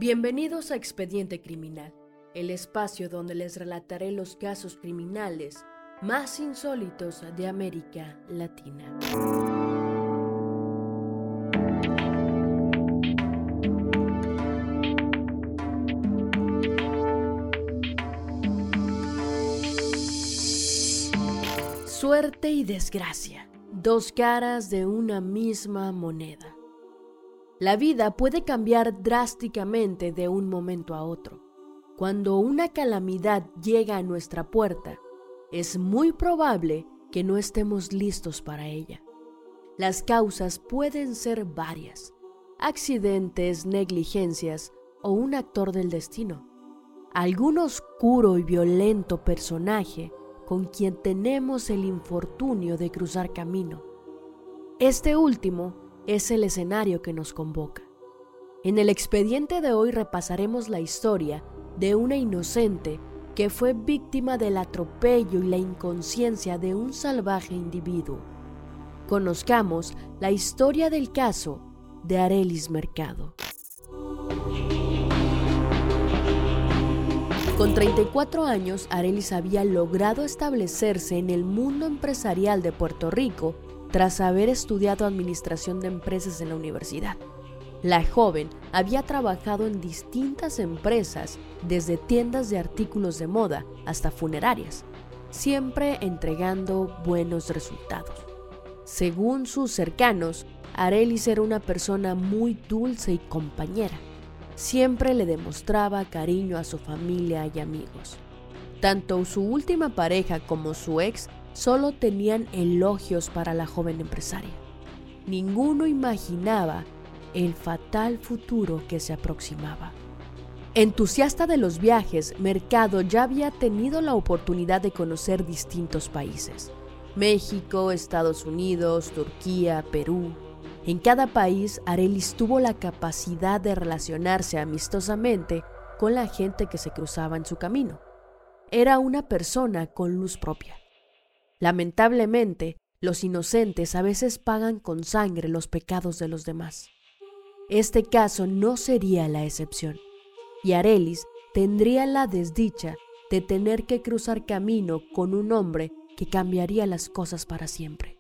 Bienvenidos a Expediente Criminal, el espacio donde les relataré los casos criminales más insólitos de América Latina. Suerte y desgracia, dos caras de una misma moneda. La vida puede cambiar drásticamente de un momento a otro. Cuando una calamidad llega a nuestra puerta, es muy probable que no estemos listos para ella. Las causas pueden ser varias: accidentes, negligencias o un actor del destino. Algún oscuro y violento personaje con quien tenemos el infortunio de cruzar camino. Este último es el escenario que nos convoca. En el expediente de hoy repasaremos la historia de una inocente que fue víctima del atropello y la inconsciencia de un salvaje individuo. Conozcamos la historia del caso de Arelis Mercado. Con 34 años, Arelis había logrado establecerse en el mundo empresarial de Puerto Rico tras haber estudiado administración de empresas en la universidad. La joven había trabajado en distintas empresas, desde tiendas de artículos de moda hasta funerarias, siempre entregando buenos resultados. Según sus cercanos, Arelis era una persona muy dulce y compañera. Siempre le demostraba cariño a su familia y amigos. Tanto su última pareja como su ex solo tenían elogios para la joven empresaria. Ninguno imaginaba el fatal futuro que se aproximaba. Entusiasta de los viajes, Mercado ya había tenido la oportunidad de conocer distintos países: México, Estados Unidos, Turquía, Perú. En cada país, Arelis tuvo la capacidad de relacionarse amistosamente con la gente que se cruzaba en su camino. Era una persona con luz propia. Lamentablemente, los inocentes a veces pagan con sangre los pecados de los demás. Este caso no sería la excepción, y Arelis tendría la desdicha de tener que cruzar camino con un hombre que cambiaría las cosas para siempre.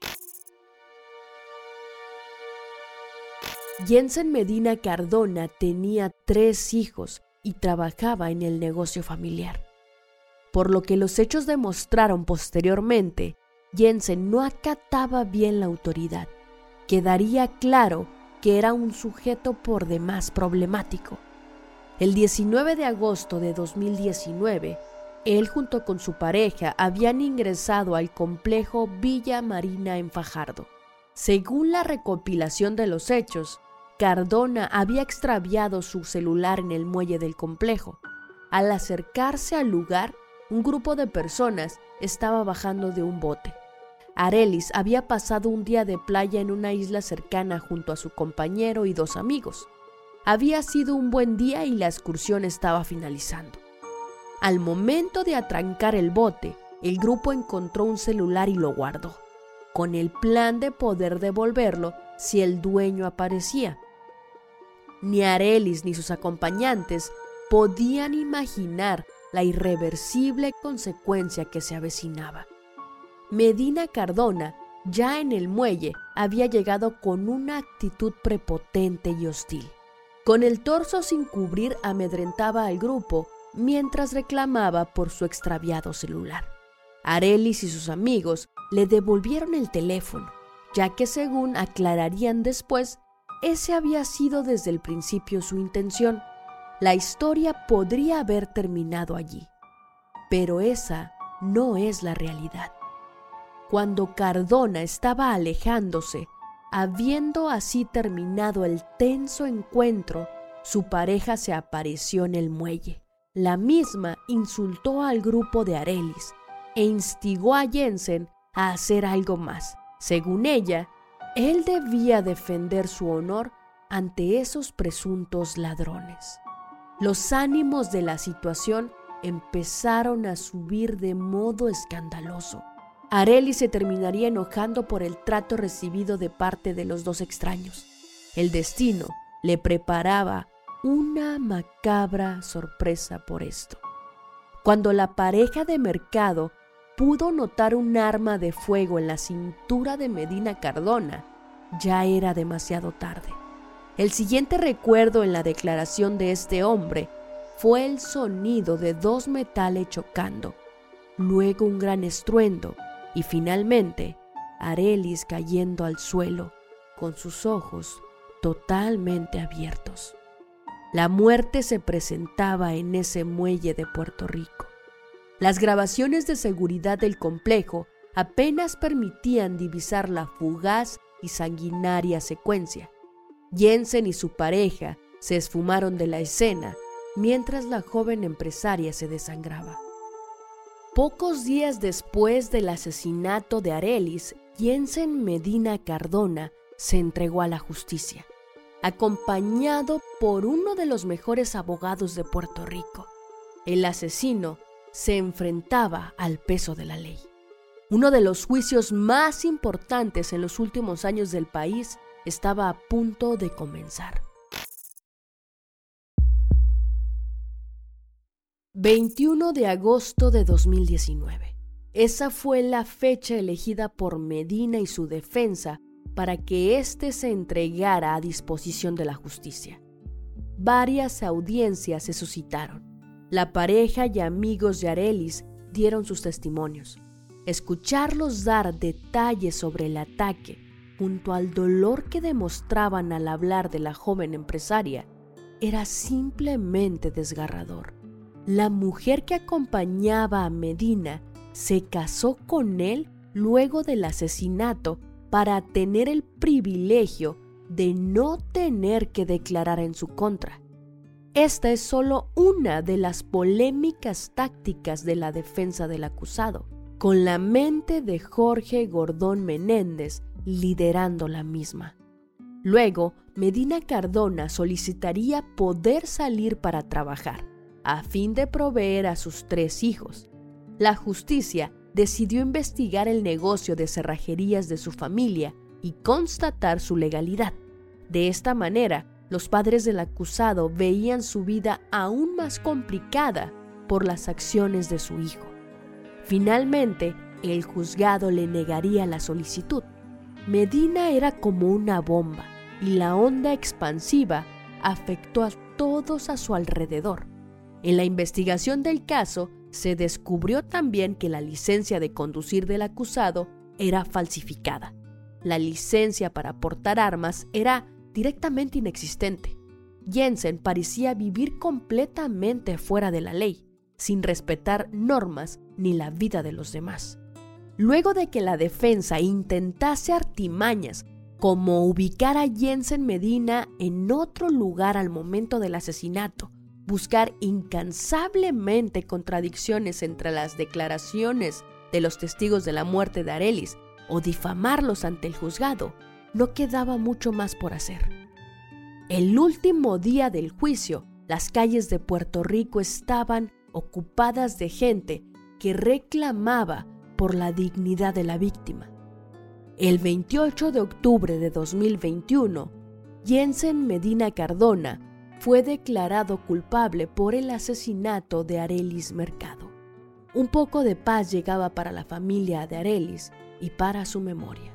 Jensen Medina Cardona tenía 3 hijos y trabajaba en el negocio familiar. Por lo que los hechos demostraron posteriormente, Jensen no acataba bien la autoridad. Quedaría claro que era un sujeto por demás problemático. El 19 de agosto de 2019, él junto con su pareja habían ingresado al complejo Villa Marina en Fajardo. Según la recopilación de los hechos, Cardona había extraviado su celular en el muelle del complejo. Al acercarse al lugar, un grupo de personas estaba bajando de un bote. Arelis había pasado un día de playa en una isla cercana junto a su compañero y 2 amigos. Había sido un buen día y la excursión estaba finalizando. Al momento de atrancar el bote, el grupo encontró un celular y lo guardó, con el plan de poder devolverlo si el dueño aparecía. Ni Arelis ni sus acompañantes podían imaginar la irreversible consecuencia que se avecinaba. Medina Cardona, ya en el muelle, había llegado con una actitud prepotente y hostil. Con el torso sin cubrir, amedrentaba al grupo mientras reclamaba por su extraviado celular. Arelis y sus amigos le devolvieron el teléfono, ya que, según aclararían después, ese había sido desde el principio su intención. La historia podría haber terminado allí, pero esa no es la realidad. Cuando Cardona estaba alejándose, habiendo así terminado el tenso encuentro, su pareja se apareció en el muelle. La misma insultó al grupo de Arelis e instigó a Jensen a hacer algo más. Según ella, él debía defender su honor ante esos presuntos ladrones. Los ánimos de la situación empezaron a subir de modo escandaloso. Arelis se terminaría enojando por el trato recibido de parte de los 2 extraños. El destino le preparaba una macabra sorpresa por esto. Cuando la pareja de Mercado pudo notar un arma de fuego en la cintura de Medina Cardona, ya era demasiado tarde. El siguiente recuerdo en la declaración de este hombre fue el sonido de 2 metales chocando, luego un gran estruendo y finalmente Arelis cayendo al suelo con sus ojos totalmente abiertos. La muerte se presentaba en ese muelle de Puerto Rico. Las grabaciones de seguridad del complejo apenas permitían divisar la fugaz y sanguinaria secuencia. Jensen y su pareja se esfumaron de la escena mientras la joven empresaria se desangraba. Pocos días después del asesinato de Arelis, Jensen Medina Cardona se entregó a la justicia, acompañado por uno de los mejores abogados de Puerto Rico. El asesino se enfrentaba al peso de la ley. Uno de los juicios más importantes en los últimos años del país estaba a punto de comenzar. 21 de agosto de 2019. Esa fue la fecha elegida por Medina y su defensa para que éste se entregara a disposición de la justicia. Varias audiencias se suscitaron. La pareja y amigos de Arelis dieron sus testimonios. Escucharlos dar detalles sobre el ataque, junto al dolor que demostraban al hablar de la joven empresaria, era simplemente desgarrador. La mujer que acompañaba a Medina se casó con él luego del asesinato para tener el privilegio de no tener que declarar en su contra. Esta es solo una de las polémicas tácticas de la defensa del acusado, con la mente de Jorge Gordón Menéndez liderando la misma. Luego, Medina Cardona solicitaría poder salir para trabajar, a fin de proveer a sus 3 hijos. La justicia decidió investigar el negocio de cerrajerías de su familia y constatar su legalidad. De esta manera, los padres del acusado veían su vida aún más complicada por las acciones de su hijo. Finalmente, el juzgado le negaría la solicitud. Medina era como una bomba y la onda expansiva afectó a todos a su alrededor. En la investigación del caso, se descubrió también que la licencia de conducir del acusado era falsificada. La licencia para portar armas era directamente inexistente. Jensen parecía vivir completamente fuera de la ley, sin respetar normas ni la vida de los demás. Luego de que la defensa intentase artimañas como ubicar a Jensen Medina en otro lugar al momento del asesinato, buscar incansablemente contradicciones entre las declaraciones de los testigos de la muerte de Arelis o difamarlos ante el juzgado, no quedaba mucho más por hacer. El último día del juicio, las calles de Puerto Rico estaban ocupadas de gente que reclamaba por la dignidad de la víctima. El 28 de octubre de 2021, Jensen Medina Cardona fue declarado culpable por el asesinato de Arelis Mercado. Un poco de paz llegaba para la familia de Arelis y para su memoria.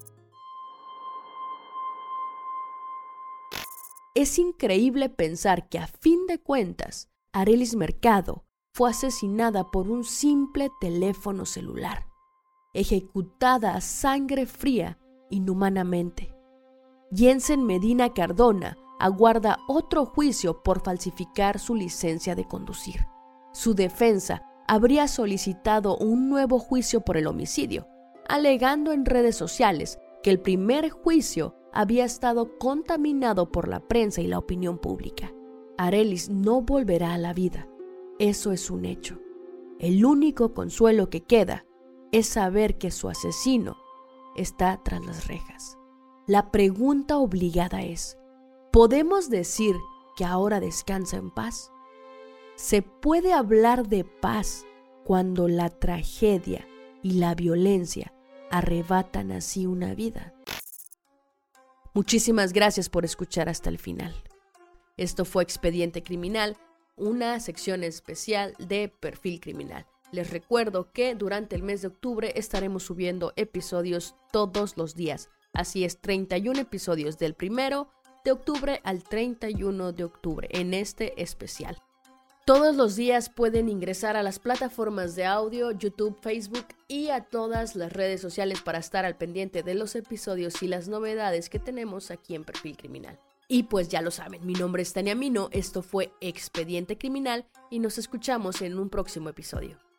Es increíble pensar que a fin de cuentas, Arelis Mercado fue asesinada por un simple teléfono celular, ejecutada a sangre fría inhumanamente. Jensen Medina Cardona aguarda otro juicio por falsificar su licencia de conducir. Su defensa habría solicitado un nuevo juicio por el homicidio, alegando en redes sociales que el primer juicio había estado contaminado por la prensa y la opinión pública. Arelis no volverá a la vida, eso es un hecho. El único consuelo que queda es saber que su asesino está tras las rejas. La pregunta obligada es: ¿podemos decir que ahora descansa en paz? ¿Se puede hablar de paz cuando la tragedia y la violencia arrebatan así una vida? Muchísimas gracias por escuchar hasta el final. Esto fue Expediente Criminal, una sección especial de Perfil Criminal. Les recuerdo que durante el mes de octubre estaremos subiendo episodios todos los días. Así es, 31 episodios del 1 de octubre al 31 de octubre en este especial. Todos los días pueden ingresar a las plataformas de audio, YouTube, Facebook y a todas las redes sociales para estar al pendiente de los episodios y las novedades que tenemos aquí en Perfil Criminal. Y pues ya lo saben, mi nombre es Tania Mino, esto fue Expediente Criminal y nos escuchamos en un próximo episodio.